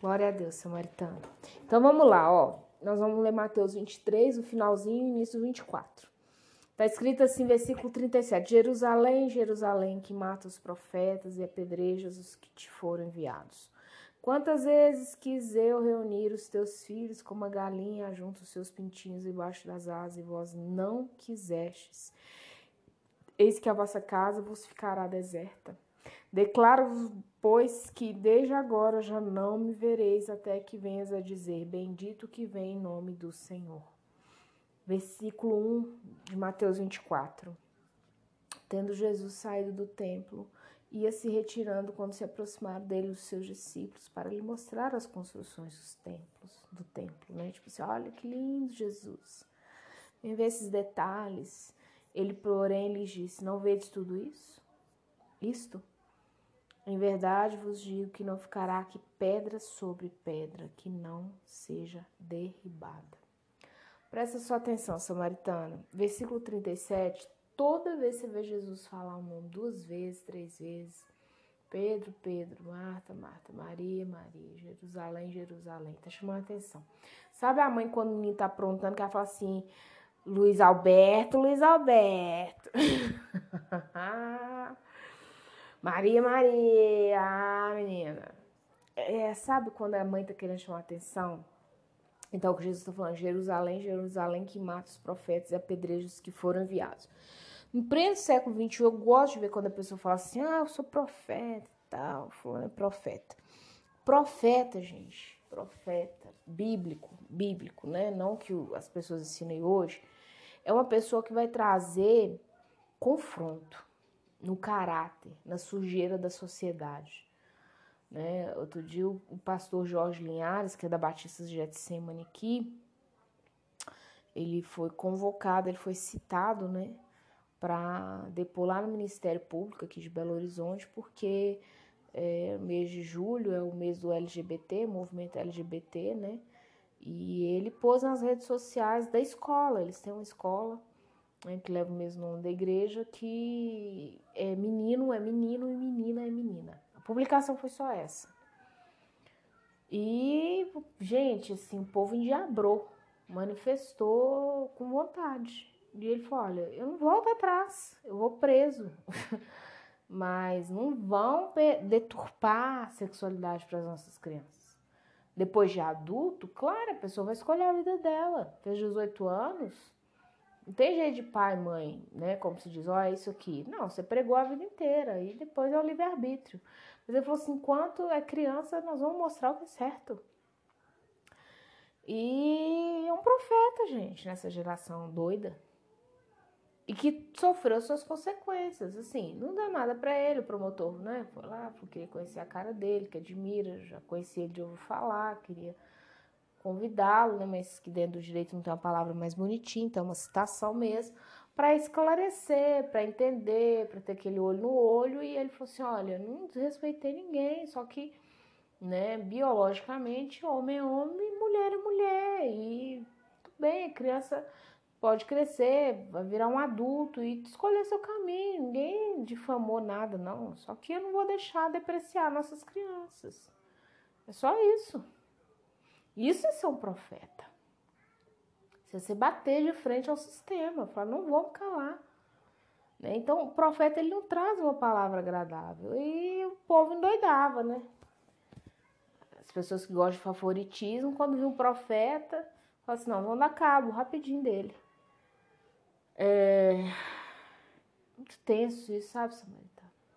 Glória a Deus, samaritano. Então vamos lá, ó. Nós vamos ler Mateus 23, o finalzinho e o início do 24. Está escrito assim, versículo 37. Jerusalém, Jerusalém, que mata os profetas e apedrejas os que te foram enviados. Quantas vezes quis eu reunir os teus filhos como a galinha junta os seus pintinhos debaixo das asas, e vós não quisestes. Eis que a vossa casa vos ficará deserta. Declaro-vos, pois, que desde agora já não me vereis até que venhas a dizer, bendito que vem em nome do Senhor. Versículo 1 de Mateus 24. Tendo Jesus saído do templo, ia se retirando quando se aproximaram dele os seus discípulos para lhe mostrar as construções do templo, né? Tipo assim, olha que lindo, Jesus. Vem ver esses detalhes. Ele, porém, lhes disse, não vedes tudo isso? Isto? Em verdade vos digo que não ficará aqui pedra sobre pedra que não seja derribada. Presta sua atenção, samaritano. Versículo 37, toda vez que você vê Jesus falar o nome 2 vezes, 3 vezes, Pedro, Pedro, Marta, Marta, Maria, Maria, Jerusalém, Jerusalém, tá chamando a atenção. Sabe a mãe quando o menino tá aprontando, que ela fala assim, Luiz Alberto, Luiz Alberto. Maria, Maria, menina. Sabe quando a mãe tá querendo chamar a atenção? Então, o que Jesus está falando, Jerusalém, Jerusalém, que mata os profetas e apedreja os que foram enviados. Em pleno século XXI, eu gosto de ver quando a pessoa fala assim, eu sou profeta e tal, fulano é profeta. Profeta, gente, profeta, bíblico, né? Não que as pessoas ensinem hoje. É uma pessoa que vai trazer confronto no caráter, na sujeira da sociedade. Né? Outro dia o pastor Jorge Linhares, que é da Batista de Getsemane aqui, ele foi convocado, ele foi citado, né, para depor lá no Ministério Público aqui de Belo Horizonte, porque o mês de julho é o mês do LGBT, movimento LGBT, né, e ele pôs nas redes sociais da escola, eles têm uma escola, né, que leva o mesmo nome da igreja, que menino é menino e menina é menina. A publicação foi só essa. E, gente, assim, o povo endiabrou, manifestou com vontade. E ele falou, olha, eu não volto atrás, eu vou preso. Mas não vão deturpar a sexualidade para as nossas crianças. Depois de adulto, claro, a pessoa vai escolher a vida dela. Fez 18 anos, não tem jeito de pai e mãe, né? Como se diz, é isso aqui. Não, você pregou a vida inteira e depois é o livre-arbítrio. Mas ele falou assim, enquanto é criança, nós vamos mostrar o que é certo. E é um profeta, gente, nessa geração doida. E que sofreu suas consequências, assim, não dá nada pra ele, o promotor, né? Foi lá, porque conhecer a cara dele, que admira, já conhecia ele de ouvir falar, queria convidá-lo, né? Mas que dentro do direito não tem uma palavra mais bonitinha, então é uma citação mesmo, para esclarecer, para entender, para ter aquele olho no olho. E ele falou assim, olha, não desrespeitei ninguém, só que, né, biologicamente, homem é homem, mulher é mulher, e tudo bem, a criança pode crescer, vai virar um adulto e escolher seu caminho, ninguém difamou nada, não, só que eu não vou deixar depreciar nossas crianças, é só isso. Isso é ser um profeta. Se você bater de frente ao sistema, falar, não vou me calar. Né? Então, o profeta, ele não traz uma palavra agradável. E o povo endoidava, né? As pessoas que gostam de favoritismo, quando viu um profeta, falam assim, não, vamos dar cabo rapidinho dele. Muito tenso isso, sabe, Samantha?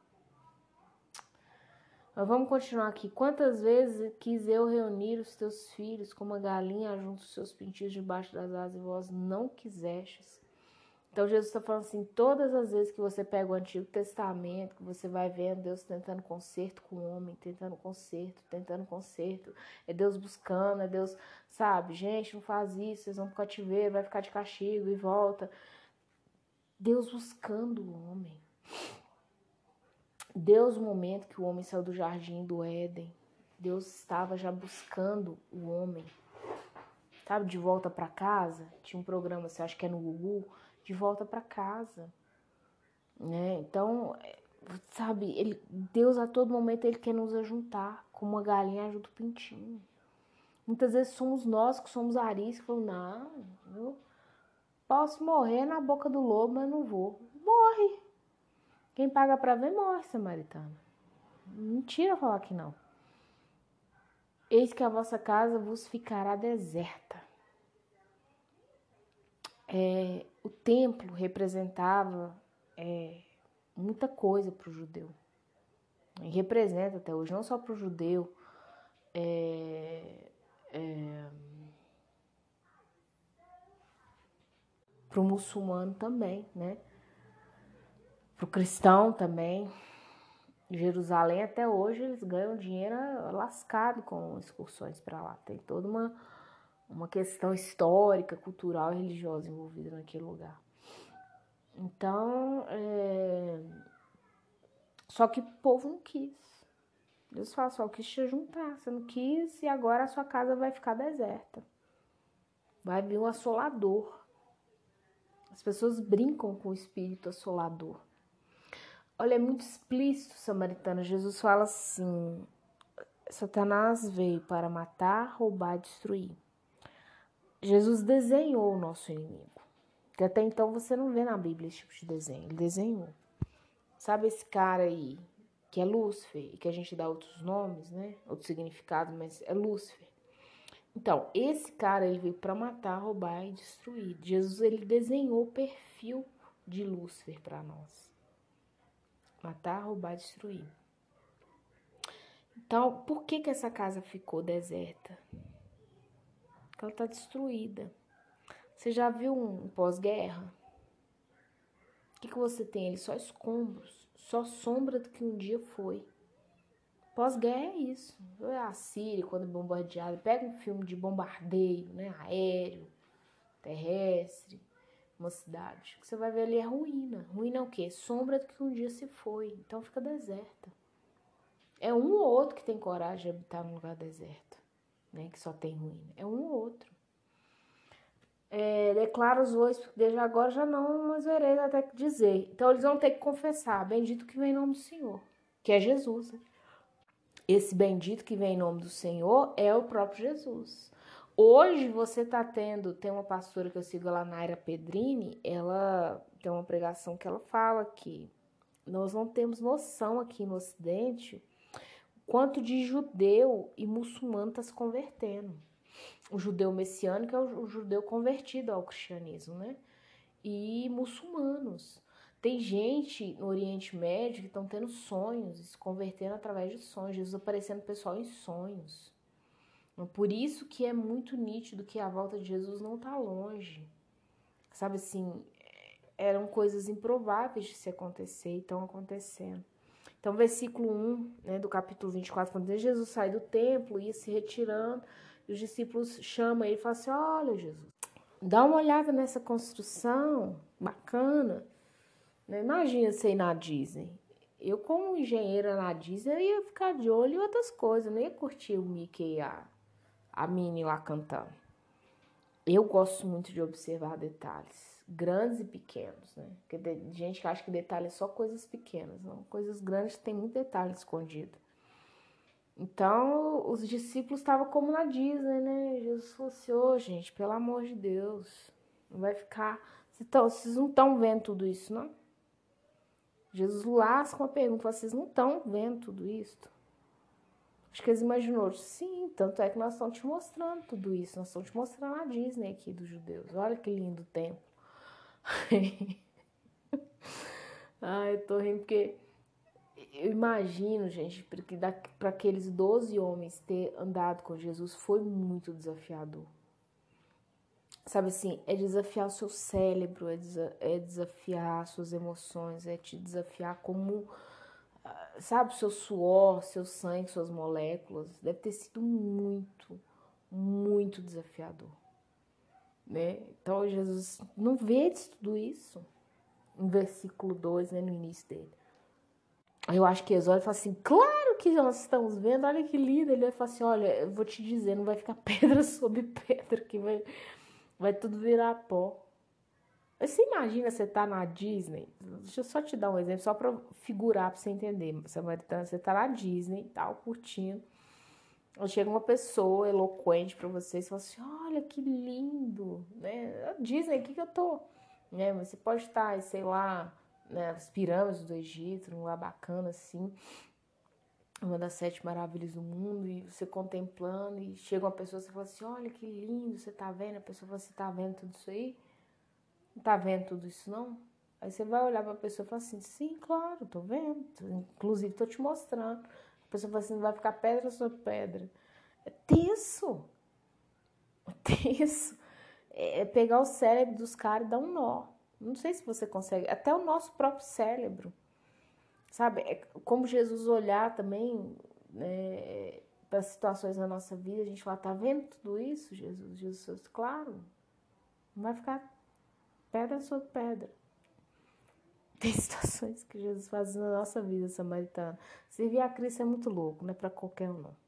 Mas vamos continuar aqui. Quantas vezes quis eu reunir os teus filhos como a galinha junto os seus pintinhos debaixo das asas e vós não quisestes? Então Jesus está falando assim, todas as vezes que você pega o Antigo Testamento, que você vai vendo Deus tentando conserto com o homem, tentando conserto, é Deus buscando, é Deus, sabe, gente, não faz isso, vocês vão pro cativeiro, vai ficar de castigo e volta. Deus buscando o homem. Deus, no momento que o homem saiu do jardim do Éden, Deus estava já buscando o homem. Sabe, de volta para casa? Tinha um programa, você acha que é no Gugu? De volta para casa. Né? Então, sabe, Deus a todo momento ele quer nos ajuntar, como uma galinha ajuda o pintinho. Muitas vezes somos nós que somos ariscos, que falamos, não, eu posso morrer na boca do lobo, mas não vou. Morre. Quem paga pra ver, morre, samaritano. Mentira falar que não. Eis que a vossa casa vos ficará deserta. O templo representava muita coisa para o judeu. E representa até hoje, não só para o judeu, para o muçulmano também, né? Para o cristão também. Jerusalém até hoje eles ganham dinheiro lascado com excursões para lá. Tem toda uma questão histórica, cultural e religiosa envolvida naquele lugar. Então, só que o povo não quis. Deus fala, só quis te juntar, você não quis e agora a sua casa vai ficar deserta. Vai vir um assolador. As pessoas brincam com o espírito assolador. Olha, é muito explícito, samaritano. Jesus fala assim, Satanás veio para matar, roubar e destruir. Jesus desenhou o nosso inimigo. Que até então você não vê na Bíblia esse tipo de desenho. Ele desenhou. Sabe esse cara aí, que é Lúcifer, e que a gente dá outros nomes, né? Outros significados, mas é Lúcifer. Então, esse cara, ele veio para matar, roubar e destruir. Jesus, ele desenhou o perfil de Lúcifer para nós. Matar, roubar e destruir. Então, por que essa casa ficou deserta? Porque ela está destruída. Você já viu um pós-guerra? O que você tem ali? Só escombros, só sombra do que um dia foi. Pós-guerra é isso. A Síria, quando é bombardeada, pega um filme de bombardeio, né, aéreo, terrestre, uma cidade. O que você vai ver ali é ruína. Ruína é o quê? Sombra do que um dia se foi. Então fica deserta. É um ou outro que tem coragem de habitar num lugar deserto, né, que só tem ruína. É um ou outro. Declara os dois, porque desde agora já não mas vereis até que dizer. Então eles vão ter que confessar, bendito que vem em nome do Senhor, que é Jesus. Né? Esse bendito que vem em nome do Senhor é o próprio Jesus. Hoje você tem uma pastora que eu sigo lá, Naira Pedrini, ela tem uma pregação que ela fala que nós não temos noção aqui no Ocidente quanto de judeu e muçulmano está se convertendo. O judeu messiânico é o judeu convertido ao cristianismo, né? E muçulmanos. Tem gente no Oriente Médio que estão tendo sonhos, se convertendo através de sonhos, Jesus aparecendo pessoal em sonhos. Por isso que é muito nítido que a volta de Jesus não está longe. Sabe assim, eram coisas improváveis de se acontecer e estão acontecendo. Então, versículo 1, né, do capítulo 24, quando Jesus sai do templo, ia se retirando, e os discípulos chamam ele e falam assim, olha, Jesus, dá uma olhada nessa construção bacana. Né? Imagina você ir na Disney. Eu, como engenheira na Disney, eu ia ficar de olho em outras coisas, eu não ia curtir o Mickey e a Minnie lá cantando. Eu gosto muito de observar detalhes, grandes e pequenos, né? Porque tem gente que acha que detalhe é só coisas pequenas, não. Coisas grandes tem muito detalhe escondido. Então, os discípulos estavam como na Disney, né? Jesus falou assim, ô, gente, pelo amor de Deus, não vai ficar... Vocês não estão vendo tudo isso, não? Jesus lasca uma pergunta, vocês não estão vendo tudo isso? Acho que eles imaginou, sim, tanto é que nós estamos te mostrando tudo isso, nós estamos te mostrando a Disney aqui dos judeus, olha que lindo o templo. Ai, eu tô rindo porque eu imagino, gente, porque para aqueles 12 homens ter andado com Jesus foi muito desafiador. Sabe assim, é desafiar o seu cérebro, é desafiar suas emoções, é te desafiar como... Sabe, seu suor, seu sangue, suas moléculas, deve ter sido muito, muito desafiador, né? Então, Jesus não vê tudo isso no versículo 2, né, no início dele. Aí eu acho que eles olham e falam assim, claro que nós estamos vendo, olha que lindo. Ele vai falar assim, olha, eu vou te dizer, não vai ficar pedra sobre pedra, que vai tudo virar pó. Você imagina você tá na Disney? Deixa eu só te dar um exemplo, só pra figurar, pra você entender. Samaritana, você tá na Disney e tal, curtindo. Aí chega uma pessoa eloquente pra você e fala assim, olha que lindo, né? A Disney, aqui que eu tô, né? Mas você pode estar, sei lá, né, as pirâmides do Egito, num lugar bacana assim, uma das 7 maravilhas do mundo, e você contemplando, e chega uma pessoa e você fala assim, olha que lindo, você tá vendo? A pessoa fala, você tá vendo tudo isso aí? Não tá vendo tudo isso não? Aí você vai olhar pra pessoa e falar assim, sim, claro, tô vendo, inclusive tô te mostrando. A pessoa fala assim, não vai ficar pedra sobre pedra. É tenso, é tenso. É pegar o cérebro dos caras e dar um nó. Não sei se você consegue, até o nosso próprio cérebro. Sabe, é como Jesus olhar também, né, para situações na nossa vida, a gente fala, tá vendo tudo isso, Jesus? Jesus, claro, não vai ficar pedra sobre pedra. Tem situações que Jesus faz na nossa vida, samaritana. Servir a Cristo é muito louco, não é para qualquer um, não.